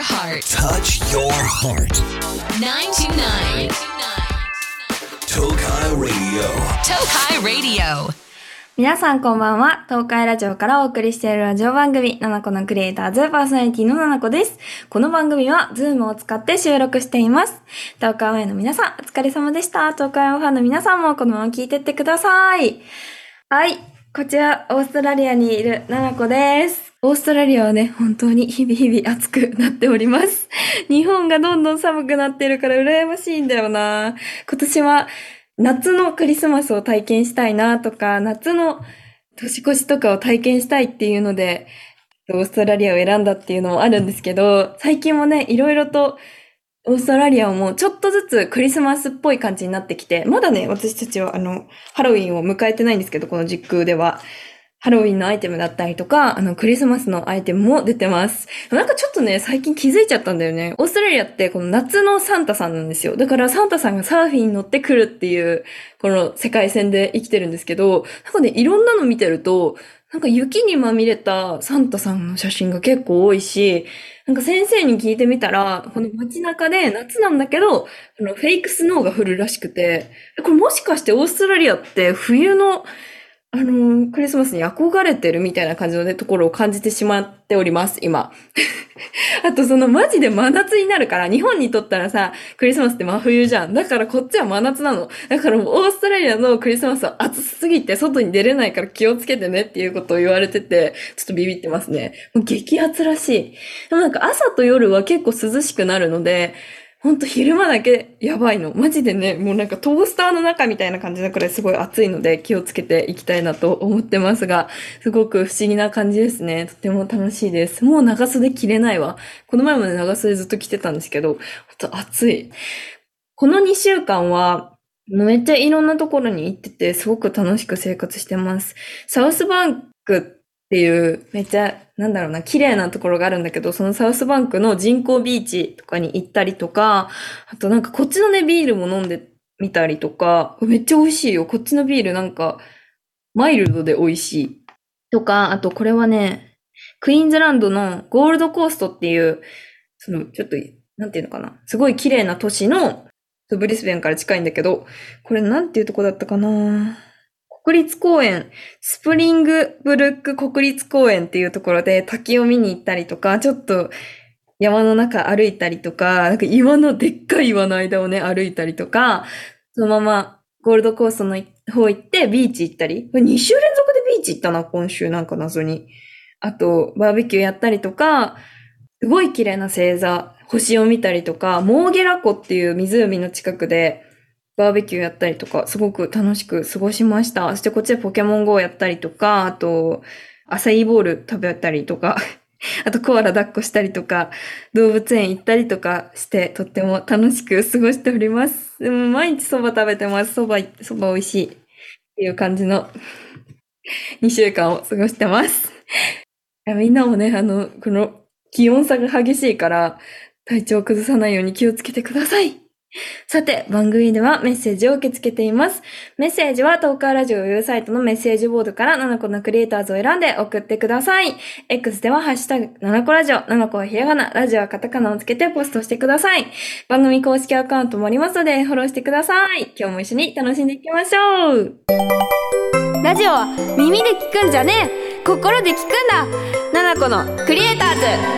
heart. Touch your heart. 929 Tokai Radio. Tokai Radio. 皆さんこんばんは。東海ラジオからお送りしているラジオ番組、ナナコのクリエイターズパーソナリティのナナコです。この番組はズームを使って収録しています。東海オンエアの皆さん、お疲れ様でした。東海オンファンの皆さんもこのまま聞いてってください。はい。こちら、オーストラリアにいるナナコです。オーストラリアはね、本当に日々暑くなっております。日本がどんどん寒くなってるから羨ましいんだよな。今年は夏のクリスマスを体験したいなとか、夏の年越しとかを体験したいっていうので、オーストラリアを選んだっていうのもあるんですけど、最近もね、いろいろとオーストラリアもちょっとずつクリスマスっぽい感じになってきて、まだね、私たちはハロウィンを迎えてないんですけど、この時空では。ハロウィンのアイテムだったりとか、クリスマスのアイテムも出てます。なんかちょっとね、最近気づいちゃったんだよね。オーストラリアってこの夏のサンタさんなんですよ。だからサンタさんがサーフィンに乗ってくるっていう、この世界線で生きてるんですけど、なんかね、いろんなの見てると、なんか雪にまみれたサンタさんの写真が結構多いし、なんか先生に聞いてみたら、この街中で夏なんだけど、フェイクスノーが降るらしくて、これもしかしてオーストラリアって冬のクリスマスに憧れてるみたいな感じのね、ところを感じてしまっております、今。あとマジで真夏になるから、日本にとったらさ、クリスマスって真冬じゃん。だからこっちは真夏なの。だからもうオーストラリアのクリスマスは暑すぎて外に出れないから気をつけてねっていうことを言われてて、ちょっとビビってますね。もう激暑らしい。でもなんか朝と夜は結構涼しくなるので、ほんと昼間だけやばいの。マジでね、もうなんかトースターの中みたいな感じだくらいすごい暑いので気をつけていきたいなと思ってますが、すごく不思議な感じですね。とても楽しいです。もう長袖着れないわ。この前まで長袖ずっと着てたんですけど、ほんと暑い。この2週間は、めっちゃいろんなところに行ってて、すごく楽しく生活してます。サウスバンクっていう、めっちゃ、なんだろうな、綺麗なところがあるんだけど、そのサウスバンクの人工ビーチとかに行ったりとか、あとなんかこっちのね、ビールも飲んでみたりとか、めっちゃ美味しいよ。こっちのビールなんか、マイルドで美味しい。とか、あとこれはね、クイーンズランドのゴールドコーストっていう、ちょっと、なんていうのかな、すごい綺麗な都市の、ブリスベンから近いんだけど、これなんていうとこだったかな、国立公園、スプリングブルック国立公園っていうところで滝を見に行ったりとか、ちょっと山の中歩いたりとか、なんかでっかい岩の間をね、歩いたりとか、そのままゴールドコーストの方行ってビーチ行ったり、2週連続でビーチ行ったな、今週なんか謎に。あと、バーベキューやったりとか、すごい綺麗な星座、星を見たりとか、モーゲラ湖っていう湖の近くで、バーベキューやったりとか、すごく楽しく過ごしました。そしてこっちでポケモン GO やったりとか、あと、アサイーボール食べたりとか、あとコアラ抱っこしたりとか、動物園行ったりとかして、とっても楽しく過ごしております。でも毎日蕎麦食べてます。蕎麦美味しいっていう感じの2週間を過ごしてます。みんなもね、この気温差が激しいから、体調を崩さないように気をつけてください。さて、番組ではメッセージを受け付けています。メッセージは東海ラジオウェブサイトのメッセージボードから7個のクリエイターズを選んで送ってください。X ではハッシュタグ7個ラジオ、7個はひらがな、ラジオはカタカナをつけてポストしてください。番組公式アカウントもありますのでフォローしてください。今日も一緒に楽しんでいきましょう。ラジオは耳で聞くんじゃねえ、心で聞くんだ。7個のクリエイターズ。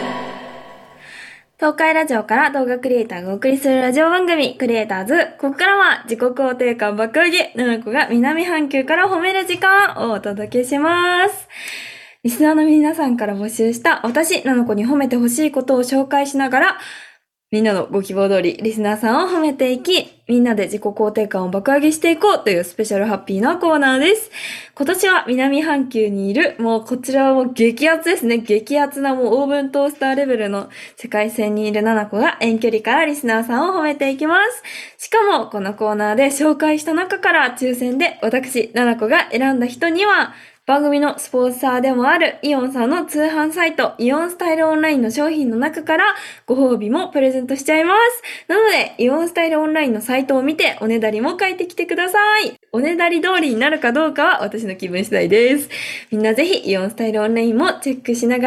東海ラジオから動画クリエイターがお送りするラジオ番組クリエイターズ。ここからは自己肯定感爆上げ、7個が南半球から褒める時間をお届けします。リスナーの皆さんから募集した私、7個に褒めてほしいことを紹介しながら、みんなのご希望通りリスナーさんを褒めていき、みんなで自己肯定感を爆上げしていこうというスペシャルハッピーなコーナーです。今年は南半球にいる、もうこちらはもう激アツですね。激アツなもうオーブントースターレベルの世界線にいる7個が遠距離からリスナーさんを褒めていきます。しかもこのコーナーで紹介した中から抽選で私7個が選んだ人には、番組のスポンサーでもあるイオンさんの通販サイトイオンスタイルオンラインの商品の中からご褒美もプレゼントしちゃいます。なのでイオンスタイルオンラインのサイトを見ておねだりも書いてきてください。おねだり通りになるかどうかは私の気分次第です。みんなぜひイオンスタイルオンラインもチェックしながら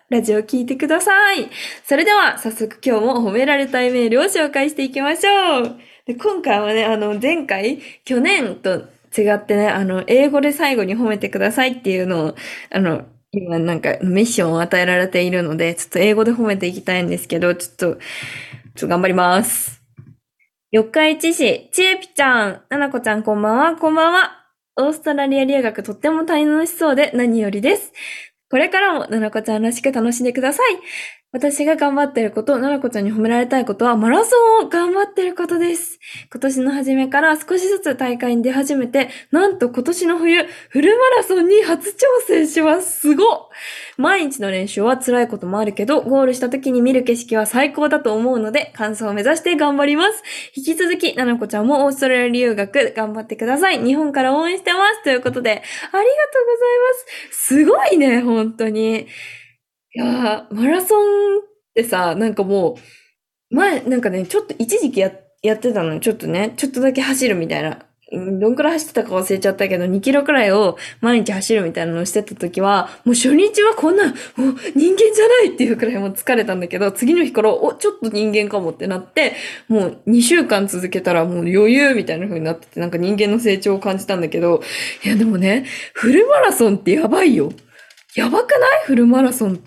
ラジオ聞いてください。それでは、早速今日も褒められたいメールを紹介していきましょう。で、今回はね、前回、去年と違ってね、英語で最後に褒めてくださいっていうのを、今なんかミッションを与えられているので、ちょっと英語で褒めていきたいんですけど、ちょっと頑張ります。四日市市、ちえぴちゃん、ななこちゃんこんばんは、こんばんは。オーストラリア留学とっても楽しそうで何よりです。これからもななこちゃんらしく楽しんでください。私が頑張ってること、ななこちゃんに褒められたいことはマラソンを頑張ってることです。今年の初めから少しずつ大会に出始めて、なんと今年の冬、フルマラソンに初挑戦します。すごっ！毎日の練習は辛いこともあるけど、ゴールした時に見る景色は最高だと思うので、完走を目指して頑張ります。引き続き、ななこちゃんもオーストラリア留学頑張ってください。日本から応援してます。ということで、ありがとうございます。すごいね、本当に。いやー、マラソンってさ、なんかもう、前、なんかね、ちょっと一時期やってたの。ちょっとね、ちょっとだけ走るみたいな。どんくらい走ってたか忘れちゃったけど、2キロくらいを毎日走るみたいなのをしてた時は、もう初日はこんな、もう人間じゃないっていうくらいもう疲れたんだけど、次の日から、ちょっと人間かもってなって、もう2週間続けたらもう余裕みたいな風になってて、なんか人間の成長を感じたんだけど、いやでもね、フルマラソンってやばいよ。やばくない？フルマラソンって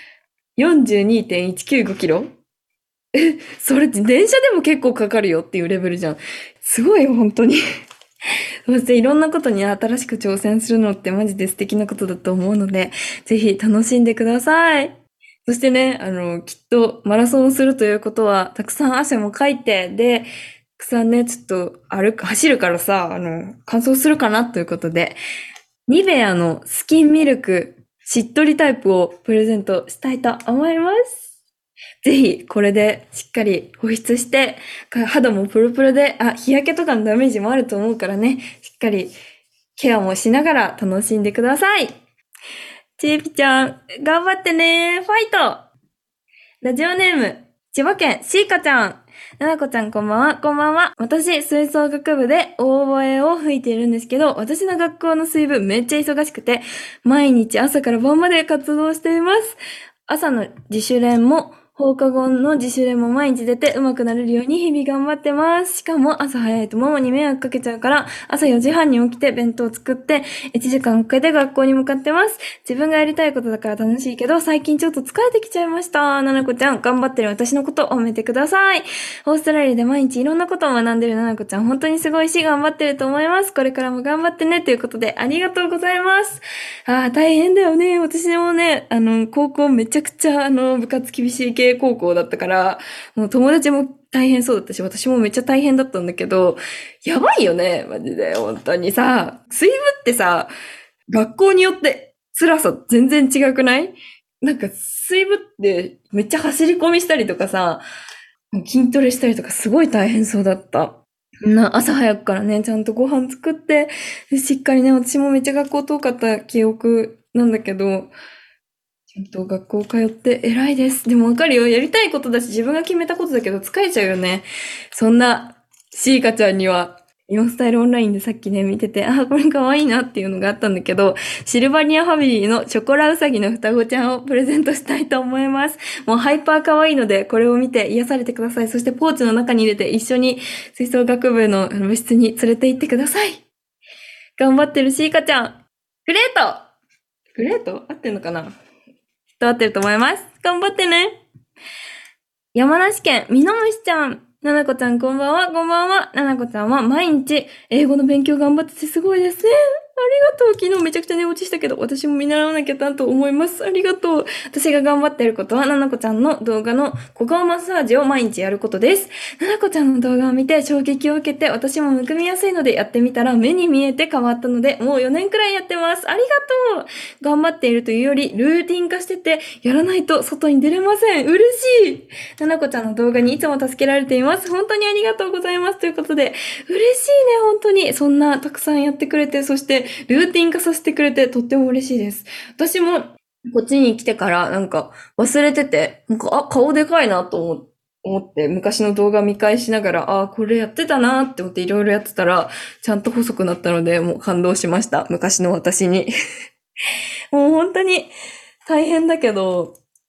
。42.195 キロ？それ電車でも結構かかるよっていうレベルじゃん。すごいよ、本当に。そしていろんなことに新しく挑戦するのってマジで素敵なことだと思うので、ぜひ楽しんでください。そしてね、きっとマラソンをするということは、たくさん汗もかいて、で、たくさんね、ちょっと走るからさ、乾燥するかなということで、ニベアのスキンミルクしっとりタイプをプレゼントしたいと思います。ぜひ、これでしっかり保湿して、肌もプルプルで、日焼けとかのダメージもあると思うからね、しっかりケアもしながら楽しんでください。ちえぴちゃん、頑張ってね。ファイト！ラジオネーム、千葉県シーカちゃん。ななこちゃんこんばんは、こんばんは。私、吹奏楽部でオーボエを吹いているんですけど、私の学校の水部めっちゃ忙しくて、毎日朝から晩まで活動しています。朝の自主練も、放課後の自主練も毎日出て上手くなれるように日々頑張ってます。しかも朝早いとママに迷惑かけちゃうから、朝4時半に起きて弁当を作って、1時間かけて学校に向かってます。自分がやりたいことだから楽しいけど、最近ちょっと疲れてきちゃいました。ななこちゃん、頑張ってる私のことを褒めてください。オーストラリアで毎日いろんなことを学んでるななこちゃん、本当にすごいし、頑張ってると思います。これからも頑張ってね、ということで、ありがとうございます。大変だよね。私もね、高校めちゃくちゃ、部活厳しい系高校だったから、もう友達も大変そうだったし、私もめっちゃ大変だったんだけど、やばいよね、マジで。本当にさ、水部ってさ、学校によって辛さ全然違くない？なんか水部ってめっちゃ走り込みしたりとかさ、筋トレしたりとかすごい大変そうだった。朝早くからね、ちゃんとご飯作って、しっかりね、私もめっちゃ学校遠かった記憶なんだけど、ちゃんと学校通って偉いです。でもわかるよ。やりたいことだし、自分が決めたことだけど疲れちゃうよね。そんな、シーカちゃんには、イオンスタイルオンラインでさっきね、見てて、これ可愛いなっていうのがあったんだけど、シルバニアファミリーのチョコラウサギの双子ちゃんをプレゼントしたいと思います。もうハイパー可愛いので、これを見て癒されてください。そしてポーチの中に入れて一緒に吹奏楽部の部室に連れて行ってください。頑張ってるシーカちゃん。グレート合ってんのかな？合ってると思います。頑張ってね。山梨県、みのむしちゃん。ななこちゃんこんばんは、こんばんは。ななこちゃんは毎日英語の勉強頑張っててすごいですね。ありがとう。昨日めちゃくちゃ寝落ちしたけど、私も見習わなきゃなと思います。ありがとう。私が頑張ってることは、ななこちゃんの動画の小顔マッサージを毎日やることです。ななこちゃんの動画を見て衝撃を受けて、私もむくみやすいのでやってみたら目に見えて変わったので、もう4年くらいやってます。ありがとう。頑張っているというより、ルーティン化してて、やらないと外に出れません。嬉しい。ななこちゃんの動画にいつも助けられています。本当にありがとうございます。ということで、嬉しいね、本当に。そんなたくさんやってくれて、そしてルーティン化させてくれてとっても嬉しいです。私もこっちに来てからなんか忘れてて、なんか顔でかいなと思って昔の動画見返しながら、これやってたなって思っていろいろやってたら、ちゃんと細くなったので、もう感動しました。昔の私に。もう本当に大変だけど、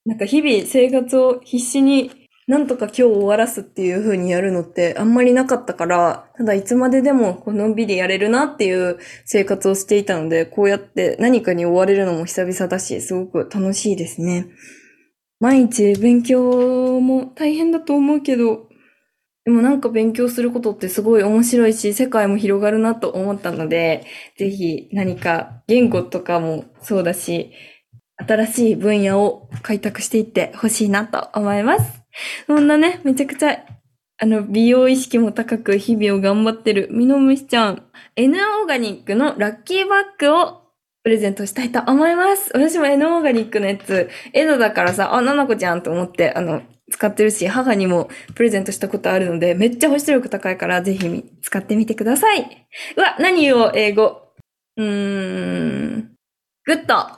なんか日々生活を必死になんとか今日終わらすっていう風にやるのってあんまりなかったから、ただいつまででものんびりやれるなっていう生活をしていたので、こうやって何かに追われるのも久々だし、すごく楽しいですね。毎日勉強も大変だと思うけど、でもなんか勉強することってすごい面白いし、世界も広がるなと思ったので、ぜひ何か言語とかもそうだし、新しい分野を開拓していってほしいなと思います。そんなね、めちゃくちゃ、美容意識も高く日々を頑張ってるミノムシちゃん、N オーガニックのラッキーバッグをプレゼントしたいと思います。私も N オーガニックのやつ、エドだからさ、ななこちゃんと思って、使ってるし、母にもプレゼントしたことあるので、めっちゃ保湿力高いから、ぜひ使ってみてください。うわ、何言おう、英語。グッド。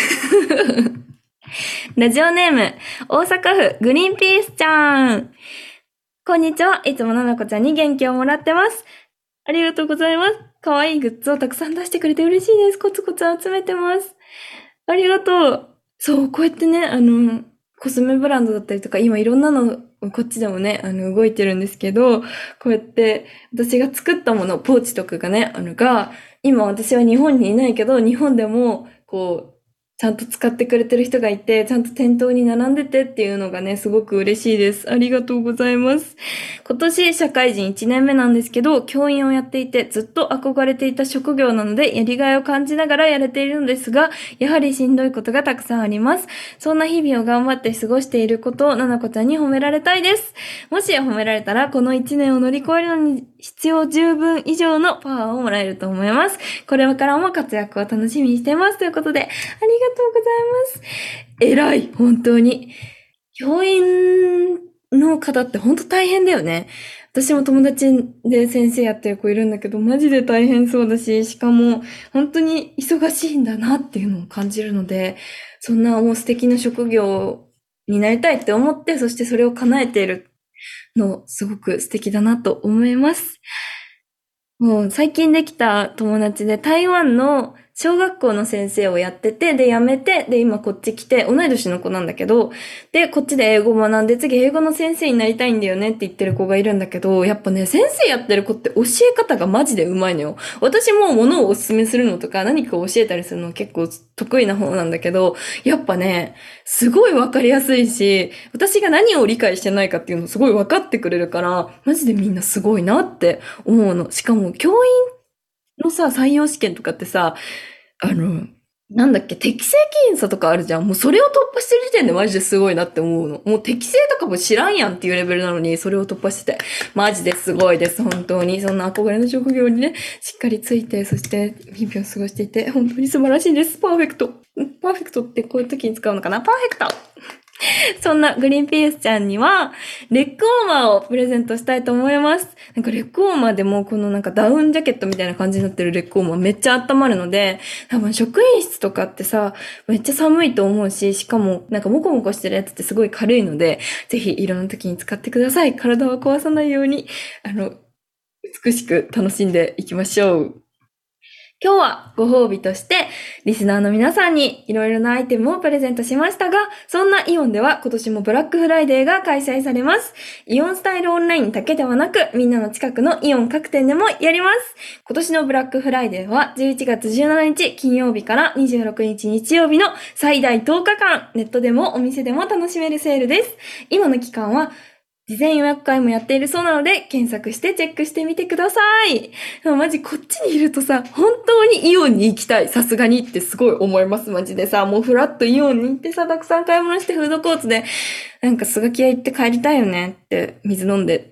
ラジオネーム、大阪府グリーンピースちゃん。こんにちは。いつもななこちゃんに元気をもらってます。ありがとうございます。可愛いグッズをたくさん出してくれて嬉しいです。コツコツ集めてます。ありがとう。そう、こうやってね、コスメブランドだったりとか、今いろんなの、こっちでもね、動いてるんですけど、こうやって私が作ったもの、ポーチとかがね、今私は日本にいないけど、日本でも、ちゃんと使ってくれてる人がいて、ちゃんと店頭に並んでてっていうのがね、すごく嬉しいです。ありがとうございます。今年社会人1年目なんですけど、教員をやっていて、ずっと憧れていた職業なので、やりがいを感じながらやれているのですが、やはりしんどいことがたくさんあります。そんな日々を頑張って過ごしていることを、ななこちゃんに褒められたいです。もし褒められたら、この1年を乗り越えるのに必要十分以上のパワーをもらえると思います。これからも活躍を楽しみにしています。ということで、ありがとうございます。偉い、本当に。教員の方って本当大変だよね。私も友達で先生やってる子いるんだけど、マジで大変そうだし、しかも本当に忙しいんだなっていうのを感じるので、そんなもう素敵な職業になりたいって思って、そしてそれを叶えているの、すごく素敵だなと思います。もう最近できた友達で台湾の小学校の先生をやってて、で、辞めて、で、今こっち来て、同い年の子なんだけど、で、こっちで英語を学んで、次英語の先生になりたいんだよねって言ってる子がいるんだけど、やっぱね、先生やってる子って教え方がマジで上手いのよ。私も物をおすすめするのとか、何か教えたりするの結構得意な方なんだけど、やっぱね、すごいわかりやすいし、私が何を理解してないかっていうのすごいわかってくれるから、マジでみんなすごいなって思うの。しかも、教員のさ、採用試験とかってさ、なんだっけ、適正検査とかあるじゃん。もうそれを突破してる時点でマジですごいなって思うの。もう適正とかも知らんやんっていうレベルなのに、それを突破してて、マジですごいです。本当に。そんな憧れの職業にね、しっかりついて、そして日々を過ごしていて、本当に素晴らしいです。パーフェクト。パーフェクトってこういう時に使うのかな？パーフェクト。そんなグリーンピースちゃんには、レッグウォーマーをプレゼントしたいと思います。なんかレッグウォーマーでもこのなんかダウンジャケットみたいな感じになってるレッグウォーマーめっちゃ温まるので、多分職員室とかってさ、めっちゃ寒いと思うし、しかもなんかモコモコしてるやつってすごい軽いので、ぜひいろんな時に使ってください。体を壊さないように、美しく楽しんでいきましょう。今日はご褒美として、リスナーの皆さんにいろいろなアイテムをプレゼントしましたが、そんなイオンでは今年もブラックフライデーが開催されます。イオンスタイルオンラインだけではなく、みんなの近くのイオン各店でもやります。今年のブラックフライデーは11月17日金曜日から26日日曜日の最大10日間、ネットでもお店でも楽しめるセールです。今の期間は、事前予約会もやっているそうなので、検索してチェックしてみてください。マジこっちにいるとさ、本当にイオンに行きたい。さすがにってすごい思います。マジでさ、もうフラッとイオンに行ってさ、たくさん買い物してフードコーツで、なんかスガキ屋行って帰りたいよねって、水飲んでって。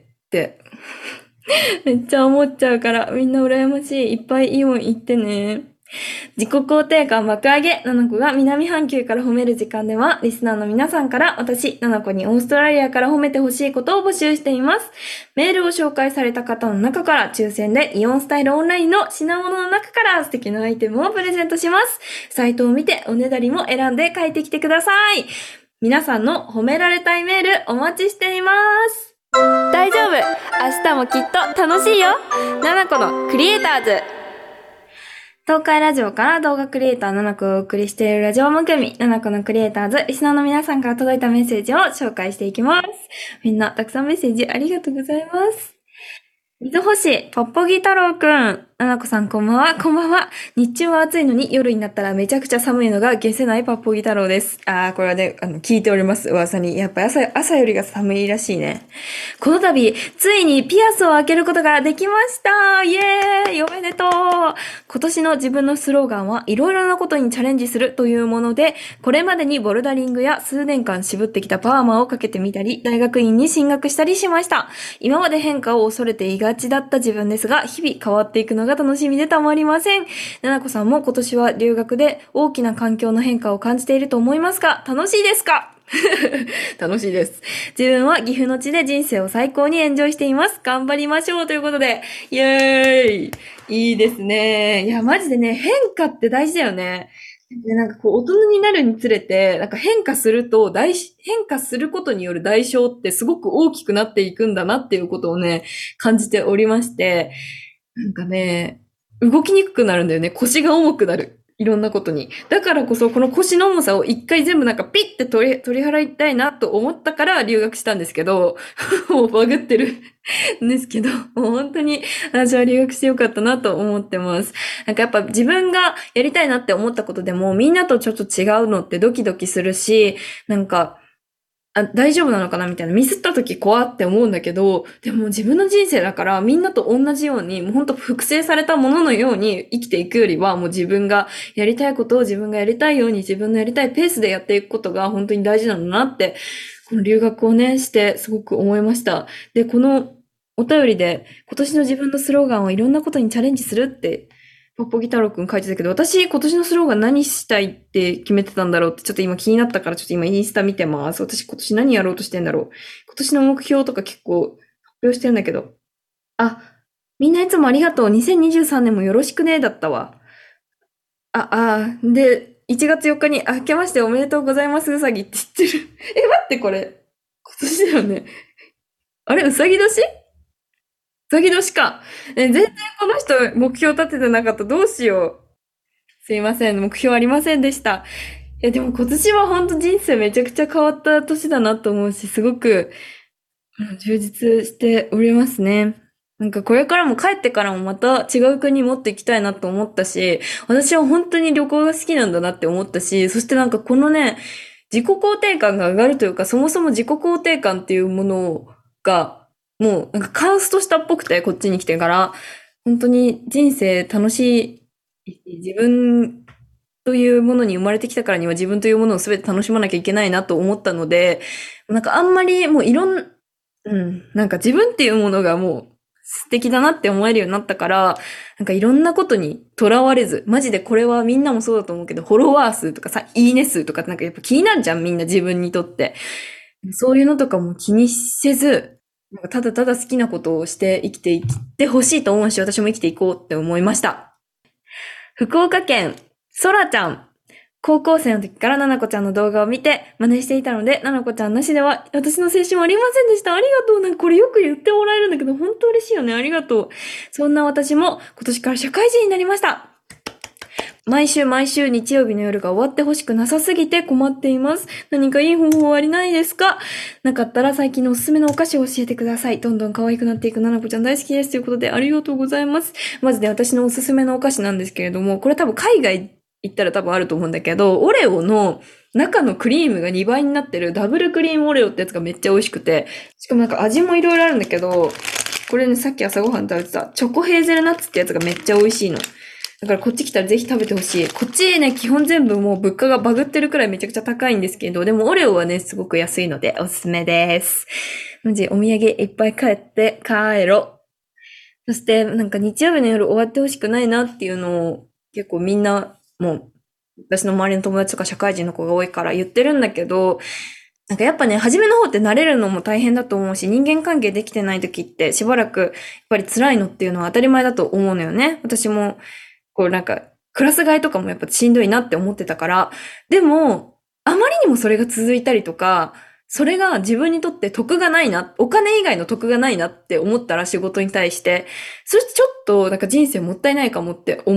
めっちゃ思っちゃうから、みんな羨ましい。いっぱいイオン行ってね。自己肯定感爆上げ、ななこが南半球から褒める時間では、リスナーの皆さんから私、ななこにオーストラリアから褒めてほしいことを募集しています。メールを紹介された方の中から抽選でイオンスタイルオンラインの品物の中から素敵なアイテムをプレゼントします。サイトを見ておねだりも選んで書いてきてください。皆さんの褒められたいメールお待ちしています。大丈夫、明日もきっと楽しいよ。ななこのクリエイターズ。 東海ラジオから動画クリエイターナナコをお送りしているラジオ番組、ナナコのクリエイターズ、リスナーの皆さんから届いたメッセージを紹介していきます。みんなたくさんメッセージありがとうございます。水星、ポッポギ太郎くん。ななこさんこんばんは、こんばんは。日中は暑いのに夜になったらめちゃくちゃ寒いのが消せないポッポギ太郎です。これはね、聞いております、噂に。やっぱ朝よりが寒いらしいね。この度、ついにピアスを開けることができましたイエーイおめでとう今年の自分のスローガンは、いろいろなことにチャレンジするというもので、これまでにボルダリングや数年間渋ってきたパーマをかけてみたり、大学院に進学したりしました。今まで変化を恐れていがちだった自分ですが、日々変わっていくのが楽しみでたまりません。ななこさんも今年は留学で大きな環境の変化を感じていると思いますが、楽しいですか楽しいです。自分は岐阜の地で人生を最高にエンジョイしています。頑張りましょうということで、イエーイいいですね。いや、マジでね、変化って大事だよね。で、なんかこう、大人になるにつれて、なんか変化することによる代償ってすごく大きくなっていくんだなっていうことをね、感じておりまして、なんかね、動きにくくなるんだよね。腰が重くなる。いろんなことに。だからこそ、この腰の重さを一回全部なんかピッて取り払いたいなと思ったから留学したんですけど、もうバグってるんですけど、もう本当に私は留学してよかったなと思ってます。なんかやっぱ自分がやりたいなって思ったことでもみんなとちょっと違うのってドキドキするし、なんか、大丈夫なのかなみたいな。ミスった時怖って思うんだけど、でも自分の人生だからみんなと同じように、もうほんと複製されたもののように生きていくよりは、もう自分がやりたいことを自分がやりたいように自分のやりたいペースでやっていくことが本当に大事なんだなって、この留学をね、してすごく思いました。で、このお便りで今年の自分のスローガンはいろんなことにチャレンジするってポッポギ太郎くん書いてたけど、私今年のスローガン何したいって決めてたんだろうってちょっと今気になったからちょっと今インスタ見てます。私今年何やろうとしてんだろう。今年の目標とか結構発表してるんだけど。みんないつもありがとう。2023年もよろしくねだったわ。で、1月4日に明けましておめでとうございますうさぎって知ってる。待ってこれ。今年だよね。あれうさぎ年うさぎ年か。全然この人目標立ててなかった。どうしよう。すいません。目標ありませんでした。でも今年は本当人生めちゃくちゃ変わった年だなと思うし、すごく充実しておりますね。なんかこれからも帰ってからもまた違う国持っていきたいなと思ったし、私は本当に旅行が好きなんだなって思ったし、そしてなんかこのね、自己肯定感が上がるというか、そもそも自己肯定感っていうものが、もうなんかカーストしたっぽくて、こっちに来てから、本当に人生楽しい、自分というものに生まれてきたからには自分というものを全て楽しまなきゃいけないなと思ったので、なんかあんまりもうなんか自分っていうものがもう素敵だなって思えるようになったから、なんかいろんなことにとらわれず、マジでこれはみんなもそうだと思うけど、フォロワー数とかさ、いいね数とかってなんかやっぱ気になるじゃん、みんな自分にとって。そういうのとかも気にせず、なんかただただ好きなことをして生きていってほしいと思うし、私も生きていこうって思いました。福岡県、そらちゃん。高校生の時からななこちゃんの動画を見て真似していたので、ななこちゃんなしでは私の青春はありませんでした。ありがとう。なんかこれよく言ってもらえるんだけど、本当嬉しいよね。ありがとう。そんな私も今年から社会人になりました。毎週日曜日の夜が終わってほしくなさすぎて困っています。何かいい方法ありないですか？なかったら最近のおすすめのお菓子を教えてください。どんどん可愛くなっていくななこちゃん大好きです。ということでありがとうございます。まずね、私のおすすめのお菓子なんですけれども、これ多分海外行ったら多分あると思うんだけど、オレオの中のクリームが2倍になってるダブルクリームオレオってやつがめっちゃ美味しくて、しかもなんか味もいろいろあるんだけど、これね、さっき朝ごはん食べてたチョコヘーゼルナッツってやつがめっちゃ美味しいの。だからこっち来たらぜひ食べてほしい。こっちね、基本全部もう物価がバグってるくらいめちゃくちゃ高いんですけど、でもオレオはね、すごく安いのでおすすめです。マジお土産いっぱい買って帰ろ。そしてなんか日曜日の夜終わってほしくないなっていうのを結構みんなもう私の周りの友達とか社会人の子が多いから言ってるんだけど、なんかやっぱね、初めの方って慣れるのも大変だと思うし、人間関係できてない時ってしばらくやっぱり辛いのっていうのは当たり前だと思うのよね。私もこうなんか、クラス替えとかもやっぱしんどいなって思ってたから、でも、あまりにもそれが続いたりとか、それが自分にとって得がないな、お金以外の得がないなって思ったら仕事に対して、そしてちょっとなんか人生もったいないかもって思っ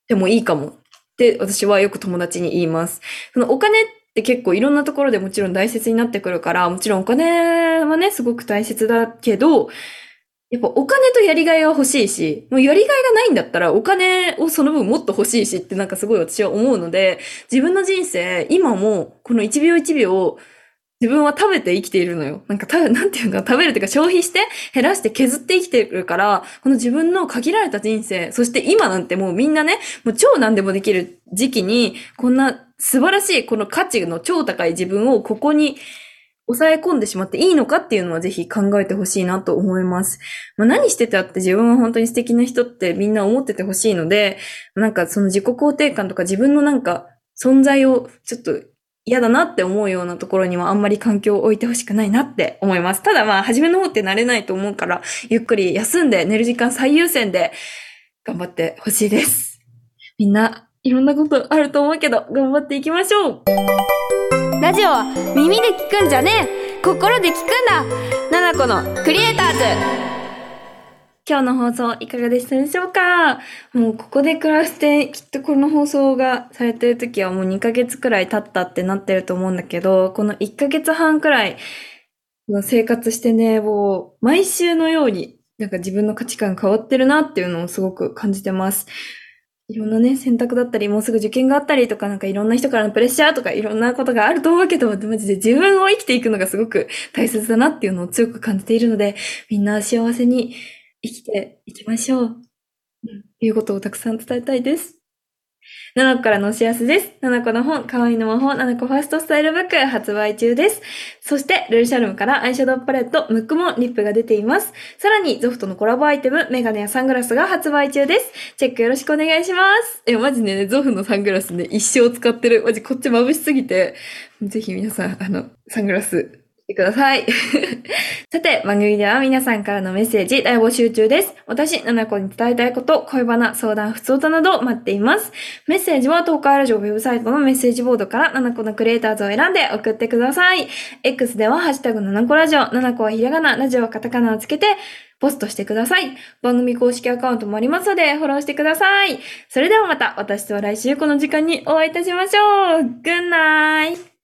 でもいいかもって私はよく友達に言います。そのお金って結構いろんなところでもちろん大切になってくるから、もちろんお金はね、すごく大切だけど、やっぱお金とやりがいは欲しいし、もうやりがいがないんだったらお金をその分もっと欲しいしってなんかすごい私は思うので、自分の人生、今もこの一秒一秒を自分は食べて生きているのよ。なんかなんていうか、食べるっていうか消費して減らして削って生きてるから、この自分の限られた人生、そして今なんてもうみんなね、もう超何でもできる時期に、こんな素晴らしいこの価値の超高い自分をここに抑え込んでしまっていいのかっていうのはぜひ考えてほしいなと思います。まあ、何してたって自分は本当に素敵な人ってみんな思っててほしいので、なんかその自己肯定感とか自分のなんか存在をちょっと嫌だなって思うようなところにはあんまり環境を置いてほしくないなって思います。ただまあ初めの方って慣れないと思うから、ゆっくり休んで寝る時間最優先で頑張ってほしいです。みんないろんなことあると思うけど頑張っていきましょう。ラジオは耳で聞くんじゃねえ、心で聞くんだ。ナナコのクリエイターズ。今日の放送いかがでしたでしょうか。もうここで暮らしてきっとこの放送がされてる時はもう2ヶ月くらい経ったってなってると思うんだけど、この1ヶ月半くらいの生活してね、もう毎週のようになんか自分の価値観変わってるなっていうのをすごく感じてます。いろんなね、選択だったり、もうすぐ受験があったりとか、なんかいろんな人からのプレッシャーとかいろんなことがあると思うけど、マジで自分を生きていくのがすごく大切だなっていうのを強く感じているので、みんな幸せに生きていきましょう。いうことをたくさん伝えたいです。ナナコからのお知らせです。ナナコの本、可愛いの魔法、ナナコファーストスタイルブック発売中です。そして、ルルシャルムからアイシャドウパレット、ムックモンリップが出ています。さらに、ゾフとのコラボアイテム、メガネやサングラスが発売中です。チェックよろしくお願いします。マジね、ゾフのサングラスね、一生使ってる。マジこっち眩しすぎて、ぜひ皆さん、サングラス、してください。さて、番組では皆さんからのメッセージ大募集中です。私、ナナコに伝えたいこと、恋バナ、相談、普通歌など待っています。メッセージは東海ラジオウェブサイトのメッセージボードからナナコのクリエイターズを選んで送ってください。X ではハッシュタグナナコラジオ、ナナコはひらがな、ラジオはカタカナをつけて、ポストしてください。番組公式アカウントもありますので、フォローしてください。それではまた、私とは来週この時間にお会いいたしましょう。グッナイ。